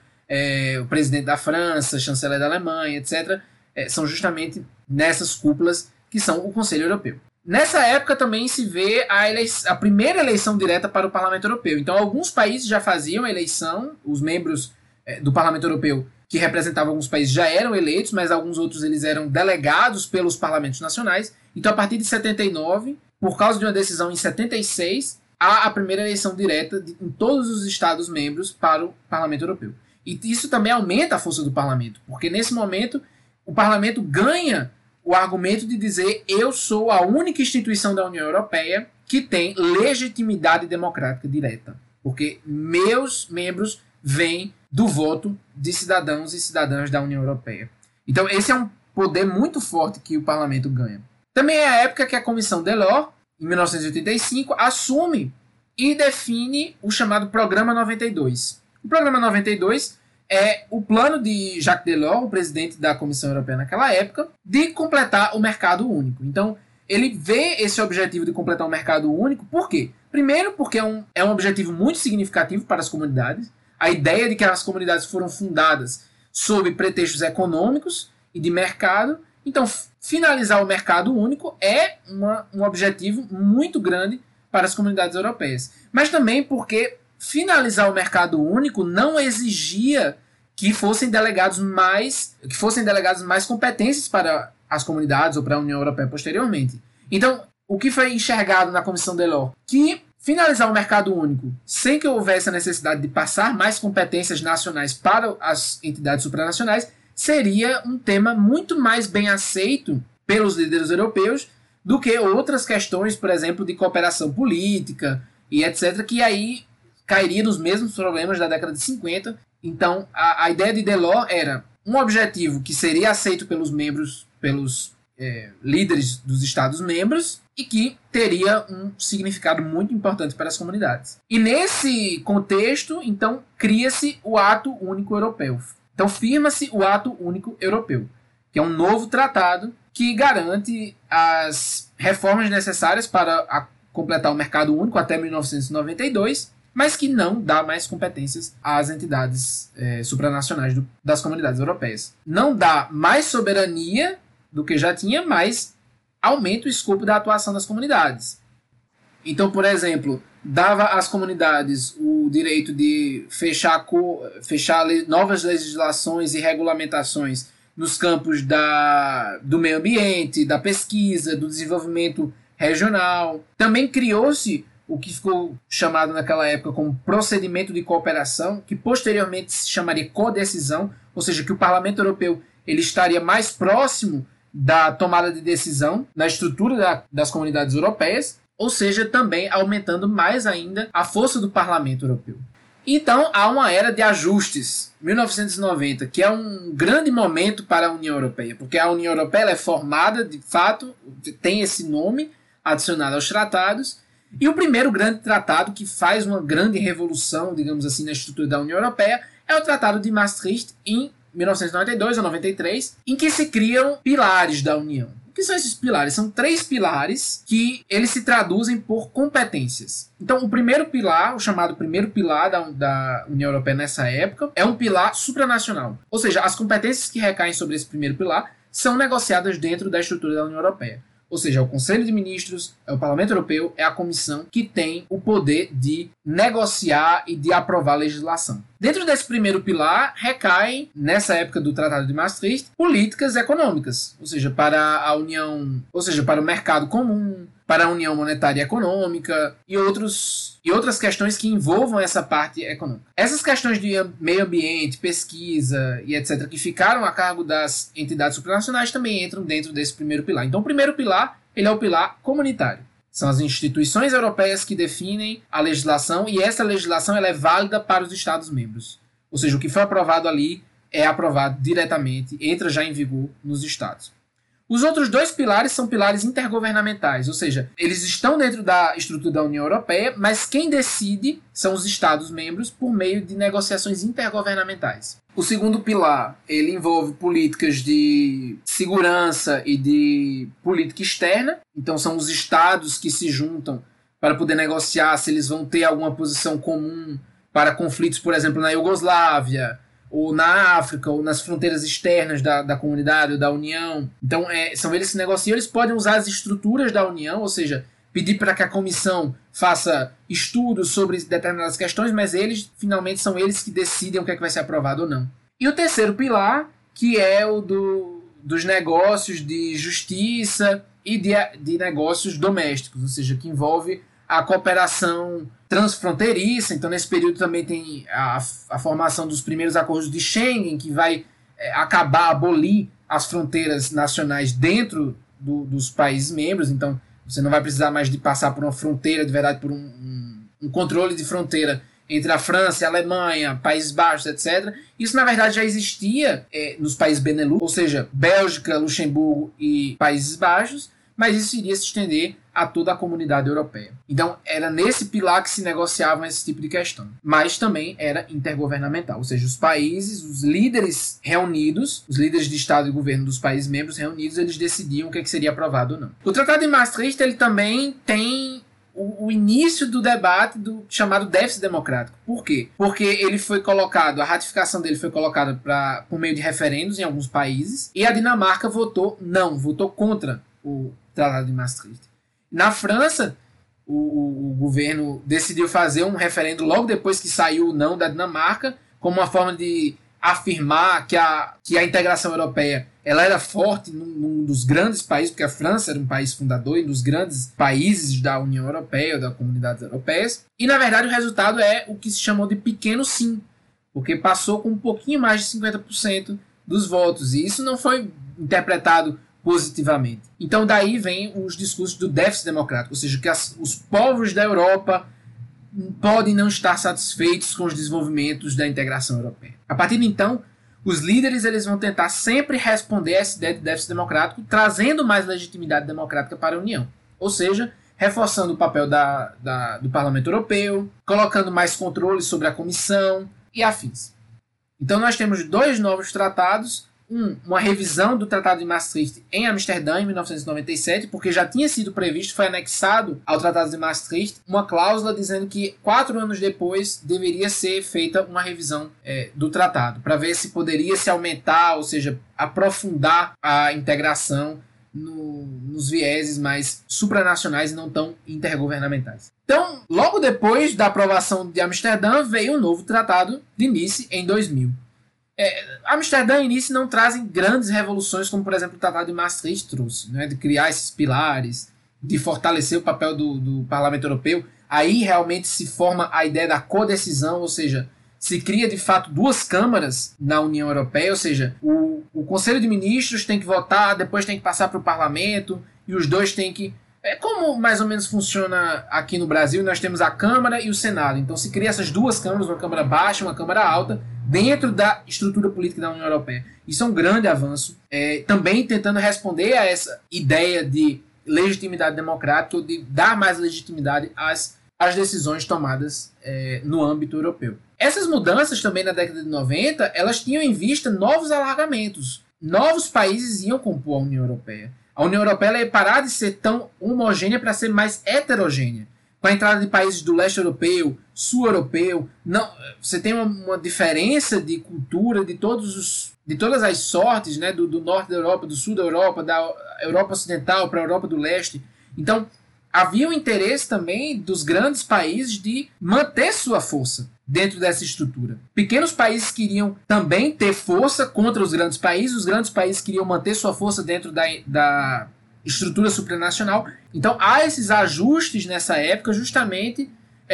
o presidente da França, chanceler da Alemanha, etc., são justamente nessas cúpulas que são o Conselho Europeu. Nessa época também se vê a primeira eleição direta para o Parlamento Europeu. Então alguns países já faziam a eleição, os membros do Parlamento Europeu que representavam alguns países já eram eleitos, mas alguns outros eles eram delegados pelos parlamentos nacionais. Então a partir de 79, por causa de uma decisão em 76, há a primeira eleição direta em todos os Estados membros para o Parlamento Europeu. E isso também aumenta a força do Parlamento, porque nesse momento o Parlamento ganha o argumento de dizer: eu sou a única instituição da União Europeia que tem legitimidade democrática direta, porque meus membros vêm do voto de cidadãos e cidadãs da União Europeia. Então esse é um poder muito forte que o Parlamento ganha. Também é a época que a Comissão Delors, em 1985, assume e define o chamado Programa 92. O Programa 92 é o plano de Jacques Delors, o presidente da Comissão Europeia naquela época, de completar o mercado único. Então, ele vê esse objetivo de completar o mercado único, por quê? Primeiro, porque é um objetivo muito significativo para as comunidades. a ideia de que as comunidades foram fundadas sob pretextos econômicos e de mercado. Então, finalizar o mercado único é um objetivo muito grande para as comunidades europeias. Mas também porque finalizar o mercado único não exigia que fossem delegados mais competências para as comunidades ou para a União Europeia posteriormente. Então, o que foi enxergado na Comissão Delors? Que finalizar o mercado único sem que houvesse a necessidade de passar mais competências nacionais para as entidades supranacionais seria um tema muito mais bem aceito pelos líderes europeus do que outras questões, por exemplo, de cooperação política e etc., que aí cairia nos mesmos problemas da década de 50. Então, a ideia de Delors era um objetivo que seria aceito pelos membros, pelos líderes dos Estados-membros e que teria um significado muito importante para as comunidades. E nesse contexto, então, cria-se o Ato Único Europeu. Então, firma-se o Ato Único Europeu, que é um novo tratado que garante as reformas necessárias para completar o mercado único até 1992, mas que não dá mais competências às entidades supranacionais das comunidades europeias. Não dá mais soberania do que já tinha, mas aumenta o escopo da atuação das comunidades. Então, por exemplo, dava às comunidades o direito de fechar novas legislações e regulamentações nos campos do meio ambiente, da pesquisa, do desenvolvimento regional. Também criou-se o que ficou chamado naquela época como procedimento de cooperação, que posteriormente se chamaria codecisão, ou seja, que o Parlamento Europeu ele estaria mais próximo da tomada de decisão na estrutura das comunidades europeias, ou seja, também aumentando mais ainda a força do Parlamento Europeu. Então, há uma era de ajustes, 1990, que é um grande momento para a União Europeia, porque a União Europeia é formada, de fato, tem esse nome adicionado aos tratados, e o primeiro grande tratado que faz uma grande revolução, digamos assim, na estrutura da União Europeia é o Tratado de Maastricht, em 1992 ou 93, em que se criam pilares da União. O que são esses pilares? São 3 pilares que eles se traduzem por competências. Então, o primeiro pilar, o chamado primeiro pilar da União Europeia nessa época, é um pilar supranacional. Ou seja, as competências que recaem sobre esse primeiro pilar são negociadas dentro da estrutura da União Europeia. Ou seja, é o Conselho de Ministros, é o Parlamento Europeu, é a Comissão que tem o poder de negociar e de aprovar legislação. Dentro desse primeiro pilar, recaem, nessa época do Tratado de Maastricht, políticas econômicas, ou seja, para a União, ou seja, para o mercado comum, para a União Monetária e Econômica e outras questões que envolvam essa parte econômica. Essas questões de meio ambiente, pesquisa e etc., que ficaram a cargo das entidades supranacionais, também entram dentro desse primeiro pilar. Então, o primeiro pilar, ele é o pilar comunitário. São as instituições europeias que definem a legislação e essa legislação ela é válida para os Estados-membros. Ou seja, o que foi aprovado ali é aprovado diretamente, entra já em vigor nos Estados. Os outros 2 pilares são pilares intergovernamentais, ou seja, eles estão dentro da estrutura da União Europeia, mas quem decide são os Estados-membros por meio de negociações intergovernamentais. O segundo pilar, ele envolve políticas de segurança e de política externa, então são os Estados que se juntam para poder negociar se eles vão ter alguma posição comum para conflitos, por exemplo, na Iugoslávia, ou na África, ou nas fronteiras externas da comunidade ou da União. Então, são eles que negociam, eles podem usar as estruturas da União, ou seja, pedir para que a Comissão faça estudos sobre determinadas questões, mas eles, finalmente, são eles que decidem o que é que vai ser aprovado ou não. E o terceiro pilar, que é o dos negócios de justiça e de negócios domésticos, ou seja, que envolve a cooperação transfronteiriça. Então, nesse período também tem a formação dos primeiros acordos de Schengen, que vai abolir as fronteiras nacionais dentro dos países membros. Então, você não vai precisar mais de passar por uma fronteira, de verdade, por um controle de fronteira entre a França, a Alemanha, Países Baixos, etc. Isso, na verdade, já existia nos países Benelux, ou seja, Bélgica, Luxemburgo e Países Baixos, mas isso iria se estender a toda a comunidade europeia. Então, era nesse pilar que se negociavam esse tipo de questão. Mas também era intergovernamental, ou seja, os países, os líderes reunidos, os líderes de Estado e governo dos países membros reunidos, eles decidiam o que seria aprovado ou não. O Tratado de Maastricht, ele também tem o início do debate do chamado déficit democrático. Por quê? Porque ele foi colocado, a ratificação dele foi colocada por meio de referendos em alguns países, e a Dinamarca votou contra o Tratado de Maastricht. Na França, o governo decidiu fazer um referendo logo depois que saiu o não da Dinamarca, como uma forma de afirmar que a integração europeia ela era forte num dos grandes países, porque a França era um país fundador e dos grandes países da União Europeia, das comunidades europeias. E, na verdade, o resultado é o que se chamou de pequeno sim, porque passou com um pouquinho mais de 50% dos votos. E isso não foi interpretado positivamente. Então, daí vem os discursos do déficit democrático, ou seja, que os povos da Europa podem não estar satisfeitos com os desenvolvimentos da integração europeia. A partir de então, os líderes eles vão tentar sempre responder a essa ideia de déficit democrático, trazendo mais legitimidade democrática para a União. Ou seja, reforçando o papel do Parlamento Europeu, colocando mais controle sobre a Comissão e afins. Então nós temos 2 novos tratados, uma revisão do Tratado de Maastricht em Amsterdã, em 1997, porque já tinha sido previsto, foi anexado ao Tratado de Maastricht, uma cláusula dizendo que 4 anos depois deveria ser feita uma revisão do tratado, para ver se poderia se aumentar, ou seja, aprofundar a integração nos vieses mais supranacionais e não tão intergovernamentais. Então, logo depois da aprovação de Amsterdã, veio o novo Tratado de Nice em 2000. Amsterdã e Nice não trazem grandes revoluções como, por exemplo, o Tratado de Maastricht trouxe, né, de criar esses pilares, de fortalecer o papel do Parlamento Europeu. Aí realmente se forma a ideia da codecisão, ou seja, se cria de fato 2 câmaras na União Europeia, ou seja, o Conselho de Ministros tem que votar, depois tem que passar para o Parlamento, e os dois têm que... É como mais ou menos funciona aqui no Brasil, nós temos a Câmara e o Senado. Então se cria essas 2 câmaras, uma Câmara baixa e uma Câmara alta, dentro da estrutura política da União Europeia. Isso é um grande avanço, também tentando responder a essa ideia de legitimidade democrática, ou de dar mais legitimidade às decisões tomadas no âmbito europeu. Essas mudanças também na década de 90, elas tinham em vista novos alargamentos. Novos países iam compor a União Europeia. A União Europeia ia parar de ser tão homogênea para ser mais heterogênea. Com a entrada de países do leste europeu, sul europeu, você tem uma diferença de cultura de todas as sortes, né, do norte da Europa, do sul da Europa, da Europa Ocidental para a Europa do Leste. Então, havia um interesse também dos grandes países de manter sua força dentro dessa estrutura. Pequenos países queriam também ter força contra os grandes países queriam manter sua força dentro da estrutura supranacional. Então há esses ajustes nessa época justamente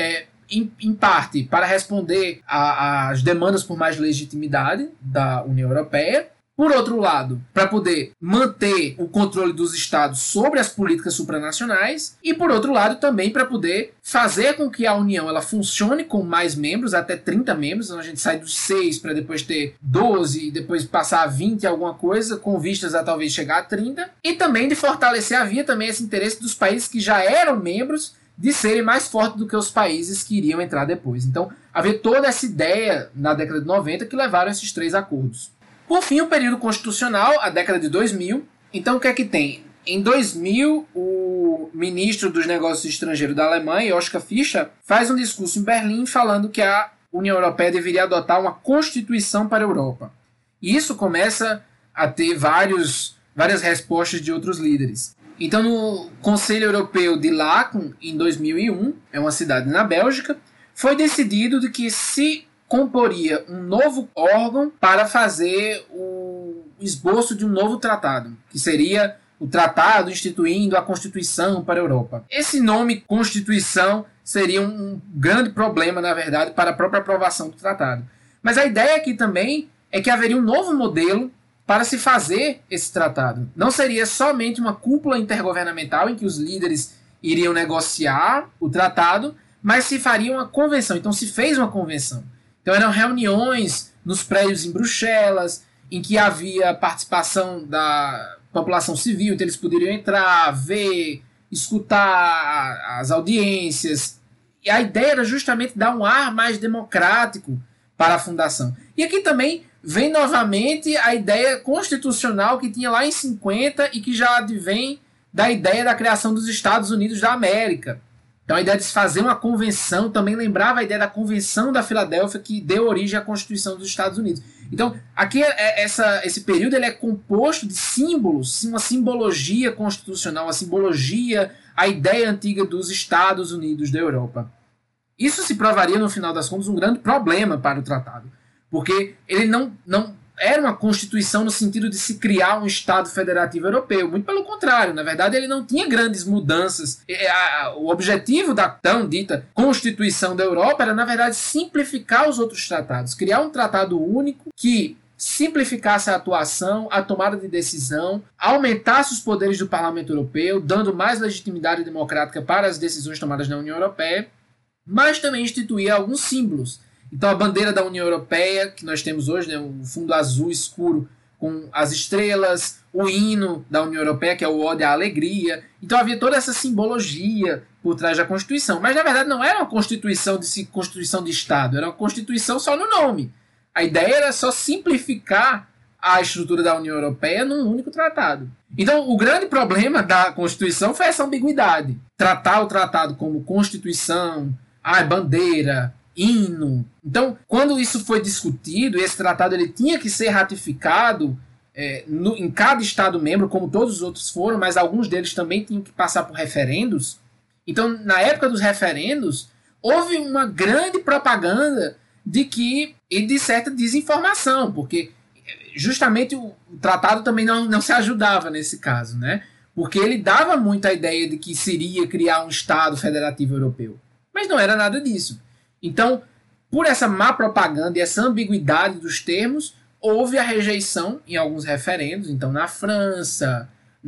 em parte para responder às demandas por mais legitimidade da União Europeia. Por outro lado, para poder manter o controle dos estados sobre as políticas supranacionais, e por outro lado também para poder fazer com que a União ela funcione com mais membros, até 30 membros, então a gente sai dos 6 para depois ter 12 e depois passar a 20 alguma coisa, com vistas a talvez chegar a 30, e também de fortalecer, havia também esse interesse dos países que já eram membros de serem mais fortes do que os países que iriam entrar depois. Então havia toda essa ideia na década de 90 que levaram a esses 3 acordos. Por fim, o período constitucional, a década de 2000. Então, o que é que tem? Em 2000, o ministro dos Negócios Estrangeiros da Alemanha, Joschka Fischer, faz um discurso em Berlim falando que a União Europeia deveria adotar uma constituição para a Europa. E isso começa a ter várias respostas de outros líderes. Então, no Conselho Europeu de Laken, em 2001, é uma cidade na Bélgica, foi decidido de que se comporia um novo órgão para fazer o esboço de um novo tratado, que seria o tratado instituindo a Constituição para a Europa. Esse nome Constituição seria um grande problema, na verdade, para a própria aprovação do tratado. Mas a ideia aqui também é que haveria um novo modelo para se fazer esse tratado. Não seria somente uma cúpula intergovernamental em que os líderes iriam negociar o tratado, mas se faria uma convenção. Então se fez uma convenção. Então eram reuniões nos prédios em Bruxelas, em que havia participação da população civil, então eles poderiam entrar, ver, escutar as audiências. E a ideia era justamente dar um ar mais democrático para a fundação. E aqui também vem novamente a ideia constitucional que tinha lá em 50 e que já advém da ideia da criação dos Estados Unidos da América. Então a ideia de se fazer uma convenção também lembrava a ideia da Convenção da Filadélfia, que deu origem à Constituição dos Estados Unidos. Então aqui esse período ele é composto de símbolos, uma simbologia constitucional, uma simbologia, a ideia antiga dos Estados Unidos da Europa. Isso se provaria, no final das contas, um grande problema para o tratado, porque ele não era uma constituição no sentido de se criar um Estado federativo europeu. Muito pelo contrário, na verdade ele não tinha grandes mudanças. O objetivo da tão dita Constituição da Europa era, na verdade, simplificar os outros tratados, criar um tratado único que simplificasse a atuação, a tomada de decisão, aumentasse os poderes do Parlamento Europeu, dando mais legitimidade democrática para as decisões tomadas na União Europeia, mas também instituía alguns símbolos. Então a bandeira da União Europeia, que nós temos hoje, né, o fundo azul escuro com as estrelas, o hino da União Europeia, que é o Ode à Alegria. Então havia toda essa simbologia por trás da Constituição. Mas na verdade não era uma Constituição de Estado, era uma Constituição só no nome. A ideia era só simplificar a estrutura da União Europeia num único tratado. Então o grande problema da Constituição foi essa ambiguidade. Tratar o tratado como Constituição, bandeira, hino. Então, quando isso foi discutido, esse tratado ele tinha que ser ratificado em cada Estado-membro, como todos os outros foram, mas alguns deles também tinham que passar por referendos. Então, na época dos referendos, houve uma grande propaganda e de certa desinformação, porque justamente o tratado também não se ajudava nesse caso, né? Porque ele dava muito a ideia de que seria criar um Estado federativo europeu. Mas não era nada disso. Então, por essa má propaganda e essa ambiguidade dos termos, houve a rejeição em alguns referendos, então na França,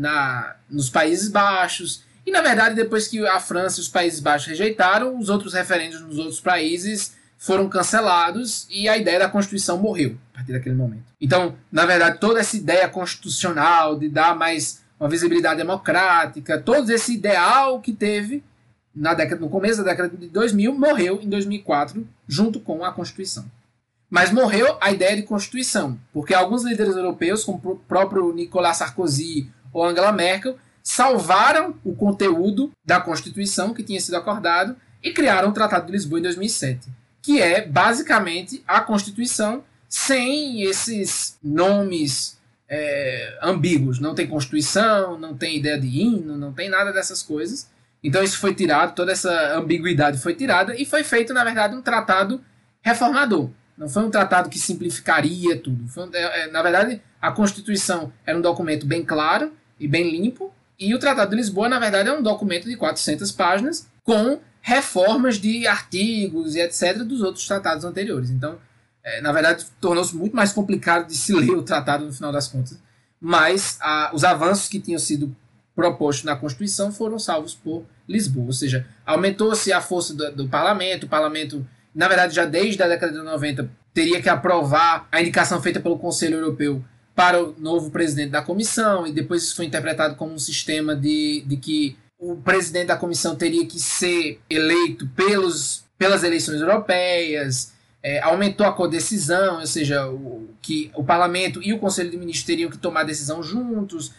nos Países Baixos, e na verdade depois que a França e os Países Baixos rejeitaram, os outros referendos nos outros países foram cancelados e a ideia da Constituição morreu a partir daquele momento. Então, na verdade, toda essa ideia constitucional de dar mais uma visibilidade democrática, todo esse ideal que teve no começo da década de 2000, morreu em 2004, junto com a Constituição. Mas morreu a ideia de Constituição, porque alguns líderes europeus, como o próprio Nicolas Sarkozy ou Angela Merkel, salvaram o conteúdo da Constituição que tinha sido acordado e criaram o Tratado de Lisboa em 2007, que é basicamente a Constituição sem esses nomes ambíguos. Não tem Constituição, não tem ideia de hino, não tem nada dessas coisas. Então isso foi tirado, toda essa ambiguidade foi tirada e foi feito, na verdade, um tratado reformador. Não foi um tratado que simplificaria tudo. Na verdade, a Constituição era um documento bem claro e bem limpo, e o Tratado de Lisboa, na verdade, é um documento de 400 páginas com reformas de artigos e etc. dos outros tratados anteriores. Então, na verdade, tornou-se muito mais complicado de se ler o tratado no final das contas. Mas os avanços que tinham sido propostos na Constituição foram salvos por Lisboa, ou seja, aumentou-se a força do Parlamento. O Parlamento, na verdade, já desde a década de 90, teria que aprovar a indicação feita pelo Conselho Europeu para o novo presidente da Comissão, e depois isso foi interpretado como um sistema de que o presidente da Comissão teria que ser eleito pelas eleições europeias. Aumentou a codecisão, ou seja, que o Parlamento e o Conselho de Ministros teriam que tomar decisão juntos.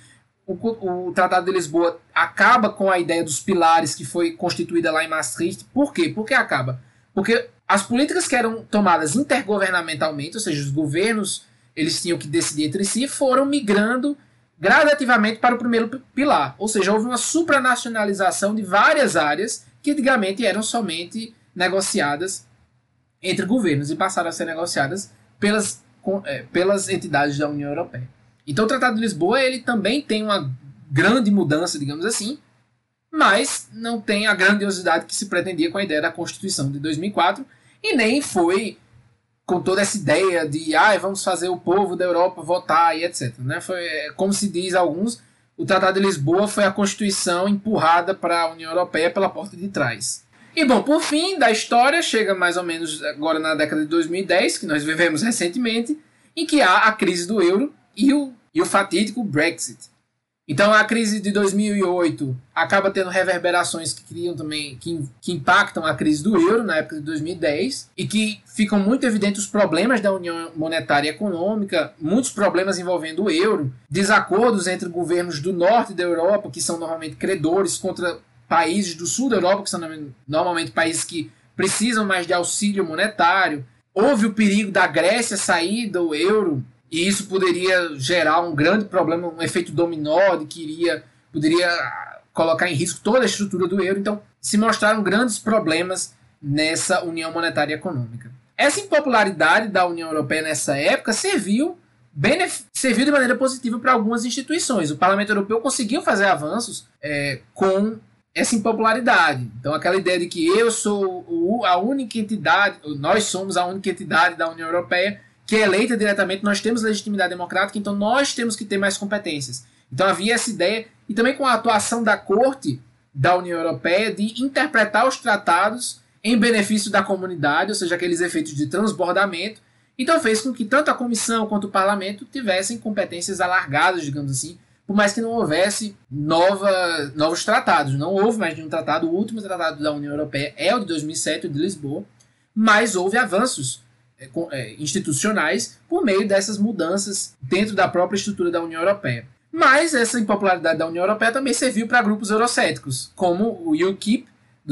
O Tratado de Lisboa acaba com a ideia dos pilares que foi constituída lá em Maastricht. Por quê? Por que acaba? Porque as políticas que eram tomadas intergovernamentalmente, ou seja, os governos eles tinham que decidir entre si, foram migrando gradativamente para o primeiro pilar. Ou seja, houve uma supranacionalização de várias áreas que antigamente eram somente negociadas entre governos e passaram a ser negociadas pelas entidades da União Europeia. Então o Tratado de Lisboa ele também tem uma grande mudança, digamos assim, mas não tem a grandiosidade que se pretendia com a ideia da Constituição de 2004 e nem foi com toda essa ideia de vamos fazer o povo da Europa votar e etc. Né? Como se diz alguns, o Tratado de Lisboa foi a Constituição empurrada para a União Europeia pela porta de trás. E bom, por fim da história, chega mais ou menos agora na década de 2010, que nós vivemos recentemente, em que há a crise do euro e o fatídico Brexit. Então a crise de 2008 acaba tendo reverberações que criam também, que impactam a crise do euro na época de 2010 e que ficam muito evidentes os problemas da União Monetária e Econômica, muitos problemas envolvendo o euro, desacordos entre governos do norte da Europa, que são normalmente credores, contra países do sul da Europa, que são normalmente países que precisam mais de auxílio monetário. Houve o perigo da Grécia sair do euro, e isso poderia gerar um grande problema, um efeito dominó, de que poderia colocar em risco toda a estrutura do euro. Então, se mostraram grandes problemas nessa União Monetária e Econômica. Essa impopularidade da União Europeia nessa época serviu de maneira positiva para algumas instituições. O Parlamento Europeu conseguiu fazer avanços com essa impopularidade. Então, aquela ideia de que eu sou a única entidade, nós somos a única entidade da União Europeia que é eleita diretamente, nós temos legitimidade democrática, então nós temos que ter mais competências. Então havia essa ideia, e também com a atuação da Corte da União Europeia de interpretar os tratados em benefício da comunidade, ou seja, aqueles efeitos de transbordamento. Então fez com que tanto a Comissão quanto o Parlamento tivessem competências alargadas, digamos assim, por mais que não houvesse novos tratados. Não houve mais nenhum tratado. O último tratado da União Europeia é o de 2007, o de Lisboa, mas houve avanços institucionais por meio dessas mudanças dentro da própria estrutura da União Europeia. Mas essa impopularidade da União Europeia também serviu para grupos eurocéticos, como o UKIP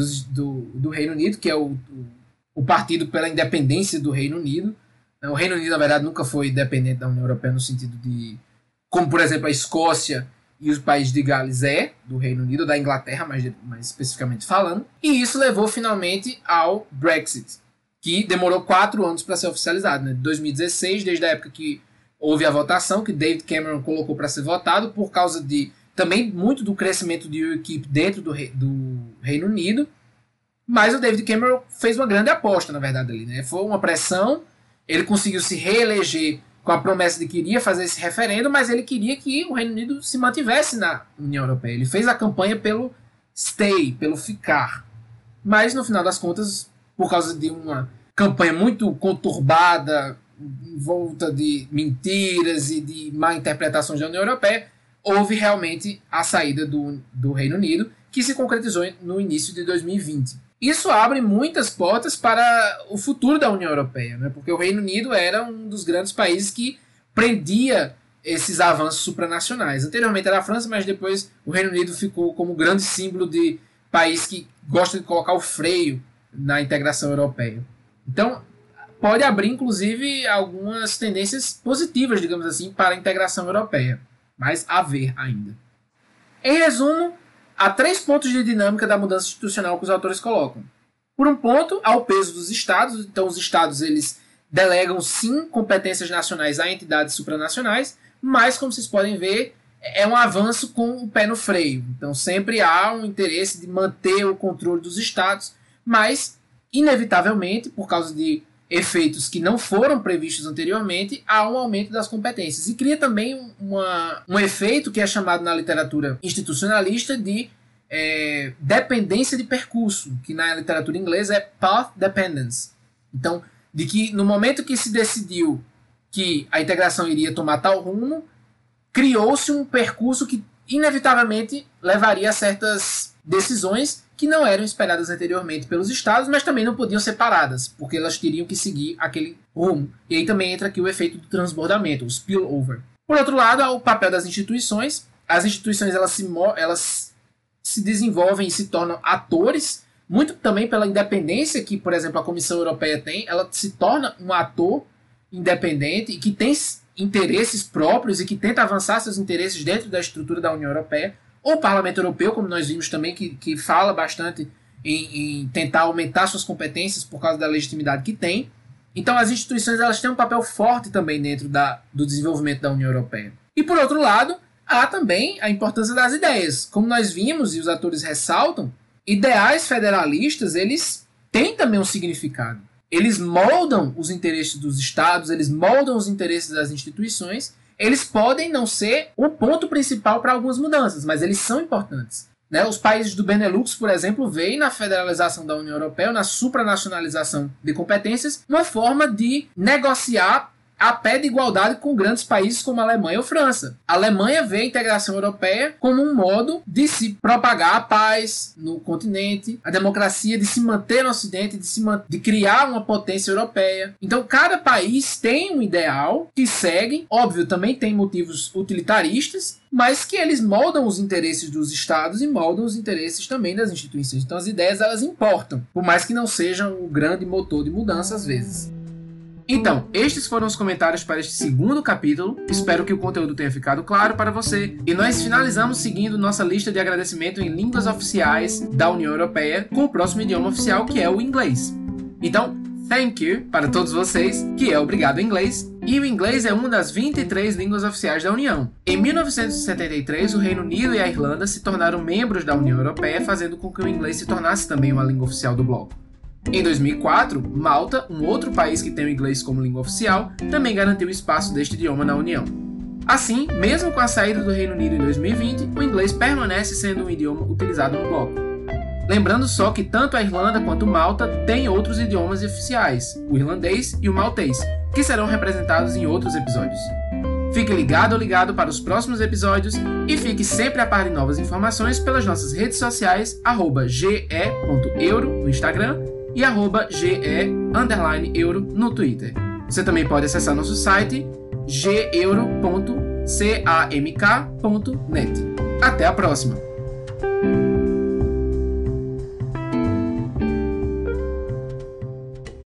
do Reino Unido, que é o Partido pela Independência do Reino Unido. O Reino Unido, na verdade, nunca foi independente da União Europeia no sentido de, como por exemplo a Escócia e os países de Gales do Reino Unido, da Inglaterra, mais especificamente falando. E isso levou finalmente ao Brexit, que demorou 4 anos para ser oficializado, né? De 2016, desde a época que houve a votação, que David Cameron colocou para ser votado, por causa de também muito do crescimento de UKIP dentro do Reino Unido. Mas o David Cameron fez uma grande aposta, na verdade, ali, né? Foi uma pressão, ele conseguiu se reeleger com a promessa de que iria fazer esse referendo, mas ele queria que o Reino Unido se mantivesse na União Europeia. Ele fez a campanha pelo stay, pelo ficar. Mas, no final das contas, por causa de uma campanha muito conturbada, em volta de mentiras e de má interpretações da União Europeia, houve realmente a saída do Reino Unido, que se concretizou no início de 2020. Isso abre muitas portas para o futuro da União Europeia, né? Porque o Reino Unido era um dos grandes países que prendia esses avanços supranacionais. Anteriormente era a França, mas depois o Reino Unido ficou como grande símbolo de país que gosta de colocar o freio na integração europeia. Então, pode abrir, inclusive, algumas tendências positivas, digamos assim, para a integração europeia. Mas a ver ainda. Em resumo, há 3 pontos de dinâmica da mudança institucional que os autores colocam. Por um ponto, há o peso dos Estados. Então, os Estados eles delegam, sim, competências nacionais a entidades supranacionais, mas, como vocês podem ver, é um avanço com o pé no freio. Então, sempre há um interesse de manter o controle dos Estados, mas, inevitavelmente, por causa de efeitos que não foram previstos anteriormente, há um aumento das competências. E cria também um efeito que é chamado na literatura institucionalista de dependência de percurso, que na literatura inglesa é path dependence. Então, de que no momento que se decidiu que a integração iria tomar tal rumo, criou-se um percurso que inevitavelmente levaria a certas decisões que não eram esperadas anteriormente pelos Estados, mas também não podiam ser paradas, porque elas teriam que seguir aquele rumo. E aí também entra aqui o efeito do transbordamento, o spillover. Por outro lado, há o papel das instituições. As instituições elas se desenvolvem e se tornam atores, muito também pela independência que, por exemplo, a Comissão Europeia tem. Ela se torna um ator independente e que tem interesses próprios e que tenta avançar seus interesses dentro da estrutura da União Europeia. Ou o Parlamento Europeu, como nós vimos também, que fala bastante em tentar aumentar suas competências por causa da legitimidade que tem. Então as instituições elas têm um papel forte também dentro do desenvolvimento da União Europeia. E por outro lado, há também a importância das ideias. Como nós vimos e os atores ressaltam, ideais federalistas eles têm também um significado. Eles moldam os interesses dos Estados, eles moldam os interesses das instituições. Eles podem não ser o ponto principal para algumas mudanças, mas eles são importantes. Né? Os países do Benelux, por exemplo, veem na federalização da União Europeia, na supranacionalização de competências, uma forma de negociar a pé de igualdade com grandes países como a Alemanha ou França. A Alemanha vê a integração europeia como um modo de se propagar a paz no continente, a democracia, de se manter no Ocidente, de criar uma potência europeia. Então, cada país tem um ideal que segue. Óbvio, também tem motivos utilitaristas, mas que eles moldam os interesses dos estados e moldam os interesses também das instituições. Então, as ideias, elas importam, por mais que não sejam o grande motor de mudança às vezes. Então, estes foram os comentários para este segundo capítulo. Espero que o conteúdo tenha ficado claro para você. E nós finalizamos seguindo nossa lista de agradecimento em línguas oficiais da União Europeia com o próximo idioma oficial, que é o inglês. Então, thank you para todos vocês, que é obrigado em inglês. E o inglês é uma das 23 línguas oficiais da União. Em 1973, o Reino Unido e a Irlanda se tornaram membros da União Europeia, fazendo com que o inglês se tornasse também uma língua oficial do bloco. Em 2004, Malta, um outro país que tem o inglês como língua oficial, também garantiu o espaço deste idioma na União. Assim, mesmo com a saída do Reino Unido em 2020, o inglês permanece sendo um idioma utilizado no bloco. Lembrando só que tanto a Irlanda quanto Malta têm outros idiomas oficiais, o irlandês e o maltês, que serão representados em outros episódios. Fique ligado ou ligado para os próximos episódios e fique sempre a par de novas informações pelas nossas redes sociais, @ge.euro no Instagram e @ge_euro no Twitter. Você também pode acessar nosso site geeuro.camk.net. Até a próxima!